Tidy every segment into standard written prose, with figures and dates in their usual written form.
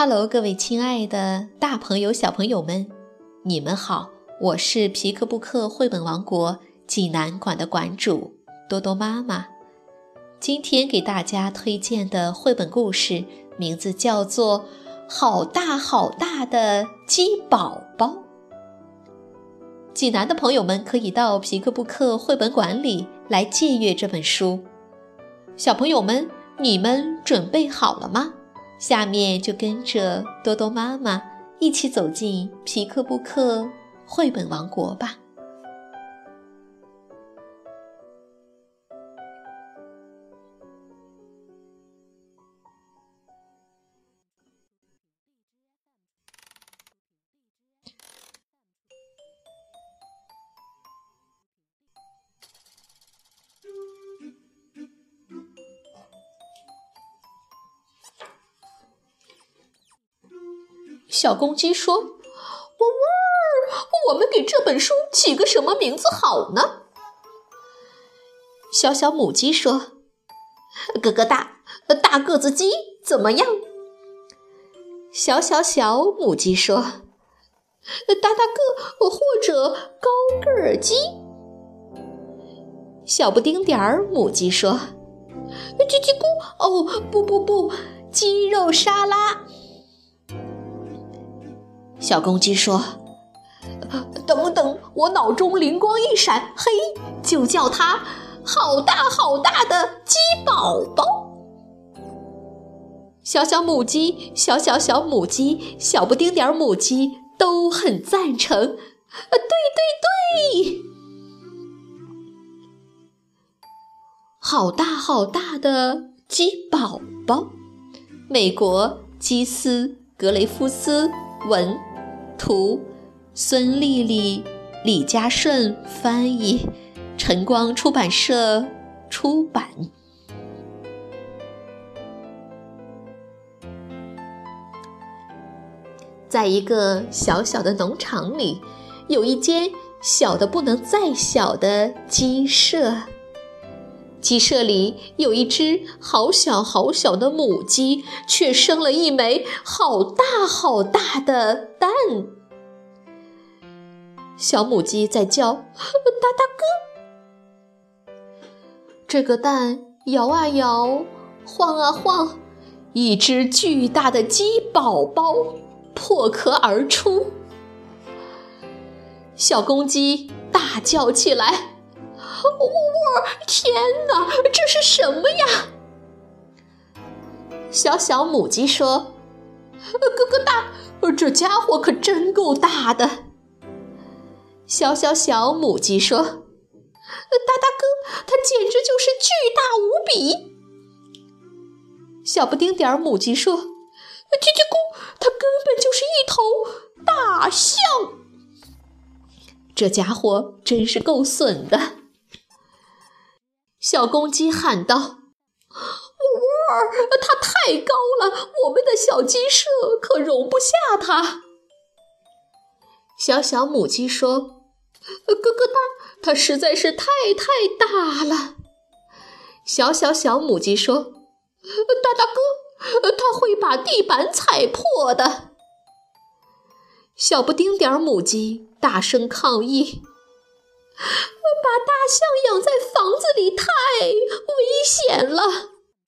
Hello， 各位亲爱的大朋友小朋友们，你们好，我是皮克布克绘本王国济南馆的馆主多多妈妈。今天给大家推荐的绘本故事名字叫做《好大好大的鸡宝宝》。济南的朋友们可以到皮克布克绘本馆里来借阅这本书。小朋友们，你们准备好了吗？下面就跟着多多妈妈一起走进皮克布克绘本王国吧。小公鸡说：嗡嗡，我们给这本书起个什么名字好呢？小小母鸡说：咯咯大个子鸡怎么样？小母鸡说：大个或者高个儿鸡。小不丁点儿母鸡说：叽叽咕，哦，不，鸡肉沙拉。小公鸡说：等，我脑中灵光一闪，嘿，就叫它好大好大的鸡宝宝。小母鸡、小母鸡、小不丁点母鸡都很赞成。对，好大好大的鸡宝宝。美国基斯格雷夫斯文，图孙丽丽、李家顺翻译，晨光出版社出版。在一个小小的农场里，有一间小的不能再小的鸡舍。鸡舍里有一只好小好小的母鸡，却生了一枚好大好大的蛋。小母鸡在叫：大哥。这个蛋摇啊摇，晃啊晃，一只巨大的鸡宝宝破壳而出。小公鸡大叫起来：天哪，这是什么呀？小母鸡说：咯咯大，这家伙可真够大的。小母鸡说：大哥，它简直就是巨大无比。小不丁点母鸡说：叽叽咕，它根本就是一头大象。这家伙真是够损的。小公鸡喊道：它太高了，我们的小鸡舍可容不下它。小母鸡说：咯咯大，它实在是太大了。小母鸡说：大哥，它会把地板踩破的。小不丁点母鸡大声抗议：把大象养在房子里太危险了。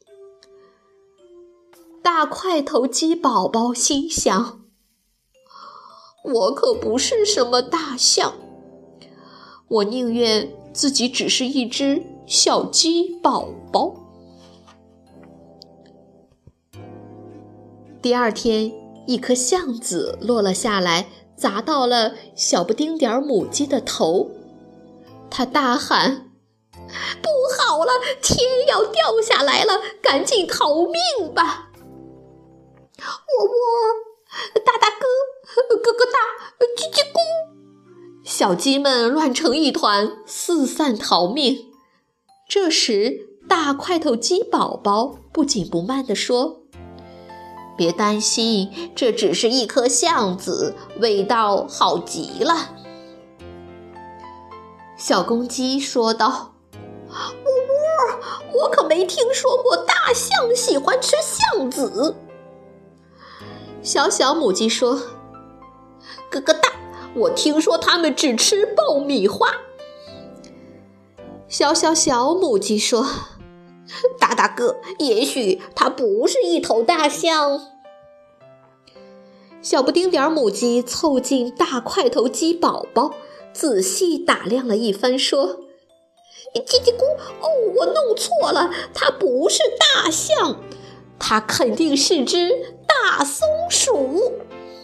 大块头鸡宝宝心想：我可不是什么大象，我宁愿自己只是一只小鸡宝宝。第二天，一颗橡子落了下来，砸到了小不丁点母鸡的头。他大喊：不好了，天要掉下来了，赶紧逃命吧！大哥，咯咯大，叽叽咕，小鸡们乱成一团，四散逃命。这时，大块头鸡宝宝不紧不慢地说：别担心，这只是一颗橡子，味道好极了。小公鸡说道：我可没听说过大象喜欢吃橡子。 小小母鸡说：“咯咯哒，我听说它们只吃爆米花。”小母鸡说：“大大哥，也许它不是一头大象。”小不丁点儿母鸡凑近大块头鸡宝宝，仔细打量了一番，说：“叽叽咕，我弄错了，它不是大象，它肯定是只大松鼠。”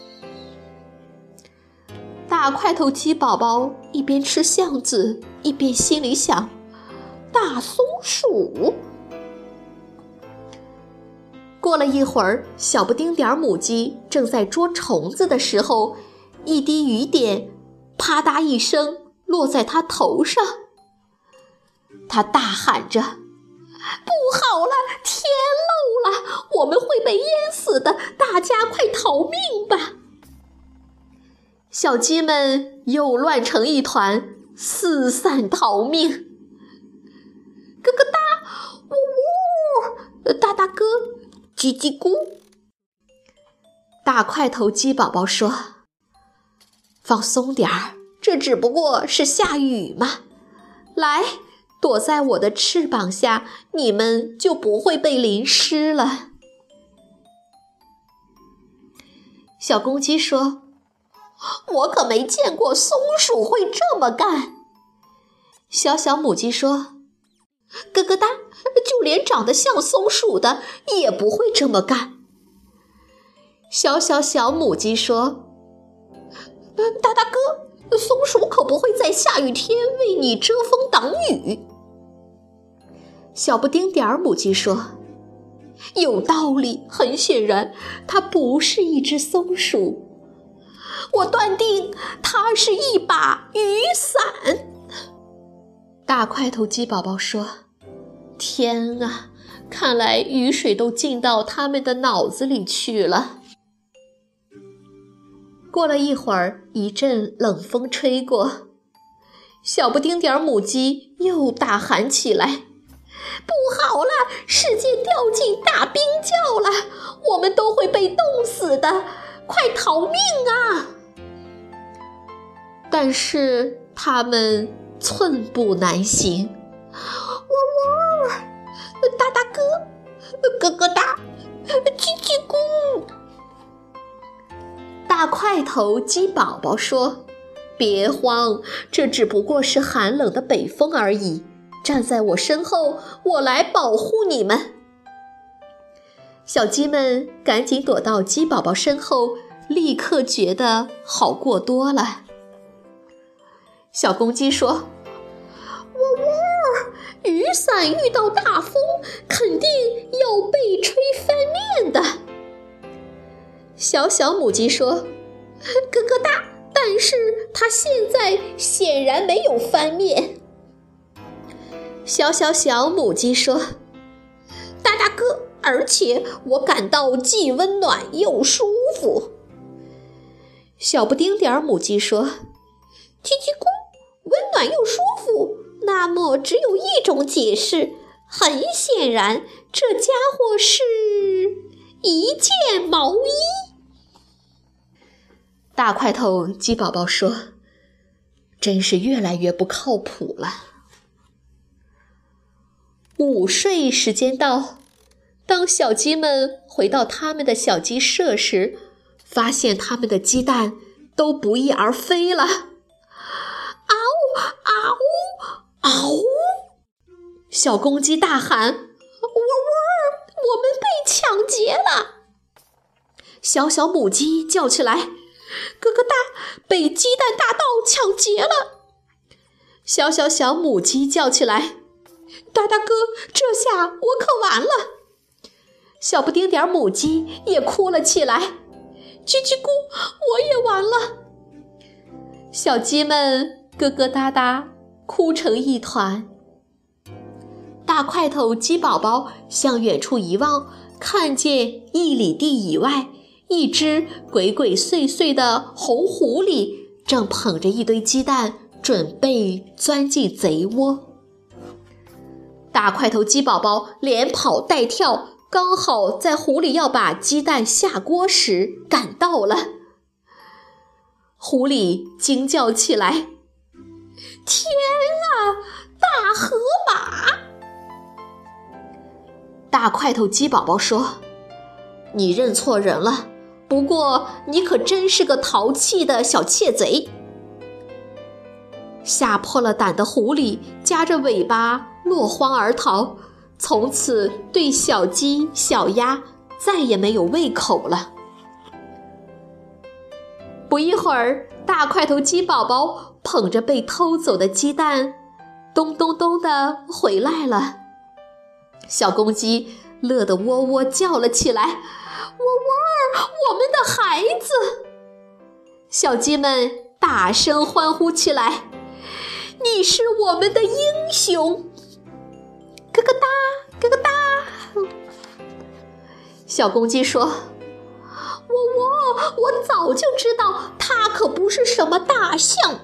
大块头鸡宝宝一边吃橡子，一边心里想：大松鼠。过了一会儿，小不丁点儿母鸡正在捉虫子的时候，一滴雨点啪嗒一声落在它头上。它大喊着：“不好了，天漏了，我们会被淹死的，大家快逃命吧！”小鸡们又乱成一团，四散逃命。咯咯哒，呜呜，大大哥，叽叽咕。大块头鸡宝宝说：“放松点儿，这只不过是下雨嘛。来，躲在我的翅膀下，你们就不会被淋湿了。”小公鸡说：“我可没见过松鼠会这么干。”小母鸡说：“咯咯哒，就连长得像松鼠的也不会这么干。”小母鸡说：“大大哥，松鼠可不会在下雨天为你遮风挡雨。”小不丁点儿母鸡说：“有道理，很显然，它不是一只松鼠。我断定它是一把雨伞。”大块头鸡宝宝说：“天啊，看来雨水都进到他们的脑子里去了。”过了一会儿，一阵冷风吹过，小不丁点儿母鸡又大喊起来：“不好了，世界掉进大冰窖了，我们都会被冻死的，快逃命啊！”但是他们寸步难行。喔喔，大大哥，咯咯哒，叽叽咕。大块头鸡宝宝说：“别慌，这只不过是寒冷的北风而已，站在我身后，我来保护你们。”小鸡们赶紧躲到鸡宝宝身后，立刻觉得好过多了。小公鸡说：“喔喔，雨伞遇到大风，肯定要被吹翻面的。”小母鸡说：“咯咯哒，但是它现在显然没有翻面。”小母鸡说：“大大哥，而且我感到既温暖又舒服。”小不丁点儿母鸡说：“叽叽咕，温暖又舒服，那么只有一种解释，很显然，这家伙是一件毛衣。”大块头鸡宝宝说：“真是越来越不靠谱了。”午睡时间到，当小鸡们回到他们的小鸡舍时，发现他们的鸡蛋都不翼而飞了。嗷嗷嗷！小公鸡大喊：“喔喔，我们被抢劫了！”小母鸡叫起来：“咯咯哒，被鸡蛋大盗抢劫了！”小母鸡叫起来：“大大哥，这下我可完了！”小不丁点儿母鸡也哭了起来：“叽叽咕，我也完了！”小鸡们咯咯哒哒哭成一团。大块头鸡宝宝向远处一望，看见1里地以外，一只鬼鬼祟祟的红狐狸正捧着一堆鸡蛋，准备钻进贼窝。大块头鸡宝宝连跑带跳， 刚好在狐狸要把鸡蛋下锅时赶到了。狐狸惊叫起来：天啊，大河马！大块头鸡宝宝说：你认错人了，不过你可真是个淘气的小窃贼。吓破了胆的狐狸夹着尾巴落荒而逃，从此对小鸡小鸭再也没有胃口了。不一会儿，大块头鸡宝宝捧着被偷走的鸡蛋咚咚咚地回来了。小公鸡乐得喔喔叫了起来：窝窝，我们的孩子！小鸡们大声欢呼起来：你是我们的英雄！咯咯哒，咯咯哒。小公鸡说：我早就知道它可不是什么大象。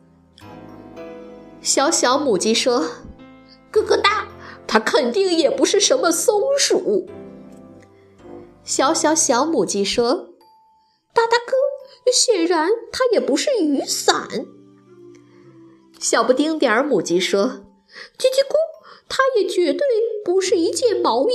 小母鸡说：咯咯哒，它肯定也不是什么松鼠。小母鸡说：哒哒咯，显然它也不是雨伞。小不丁点儿母鸡说：叽叽咕，它也绝对不是一件毛衣。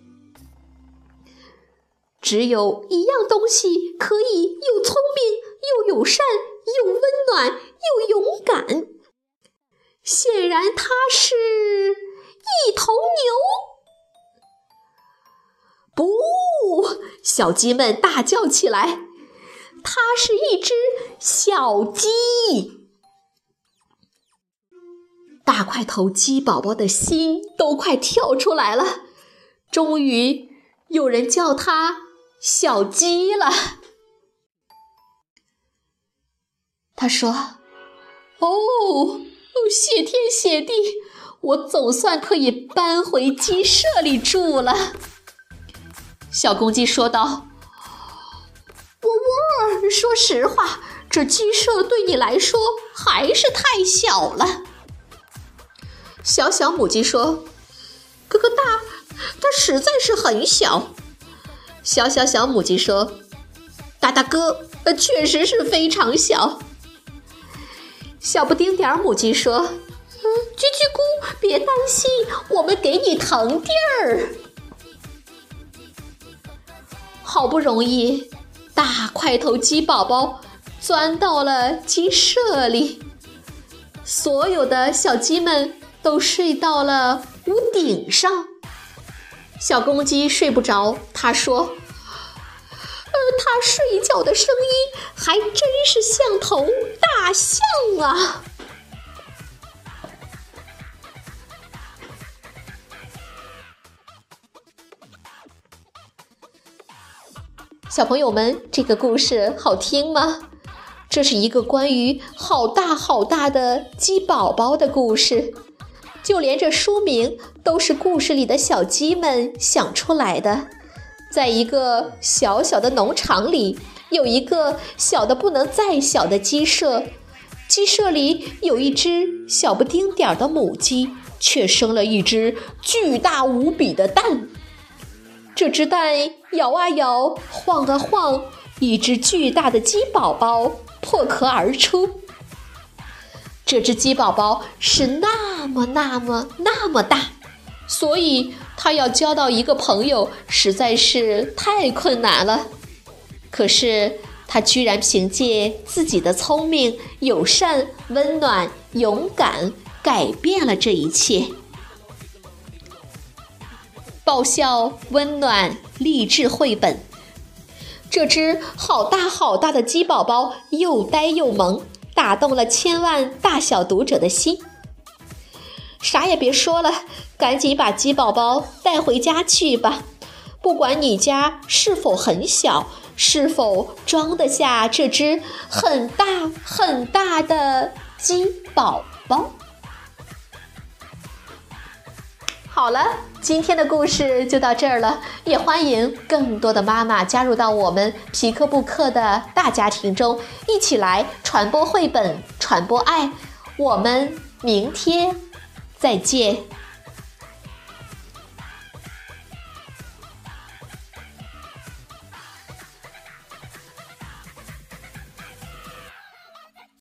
只有一样东西可以又聪明又友善又温暖又勇敢，显然它是一头牛。不！小鸡们大叫起来，它是一只小鸡。大块头鸡宝宝的心都快跳出来了，终于有人叫它小鸡了。他说：谢天谢地，我总算可以搬回鸡舍里住了。小公鸡说道：窝，说实话，这鸡舍对你来说还是太小了。小母鸡说：咯咯哒，它实在是很小。小母鸡说：哒哒咯，确实是非常小。小不丁点儿母鸡说：叽叽咕，别担心，我们给你腾地儿。好不容易，大块头鸡宝宝钻到了鸡舍里，所有的小鸡们都睡到了屋顶上。小公鸡睡不着，它说：它睡觉的声音还真是像头大象啊。小朋友们，这个故事好听吗？这是一个关于好大好大的鸡宝宝的故事，就连这书名都是故事里的小鸡们想出来的。在一个小小的农场里，有一个小的不能再小的鸡舍，鸡舍里有一只小不丁点儿的母鸡，却生了一只巨大无比的蛋。这只蛋摇啊摇，晃啊晃，一只巨大的鸡宝宝破壳而出。这只鸡宝宝是那么大，所以它要交到一个朋友实在是太困难了。可是它居然凭借自己的聪明、友善、温暖、勇敢，改变了这一切。爆笑、温暖、励志绘本。这只好大好大的鸡宝宝又呆又萌，打动了千万大小读者的心。啥也别说了，赶紧把鸡宝宝带回家去吧。不管你家是否很小，是否装得下这只很大很大的鸡宝宝。好了，今天的故事就到这儿了，也欢迎更多的妈妈加入到我们皮克布克的大家庭中，一起来传播绘本，传播爱。我们明天再见。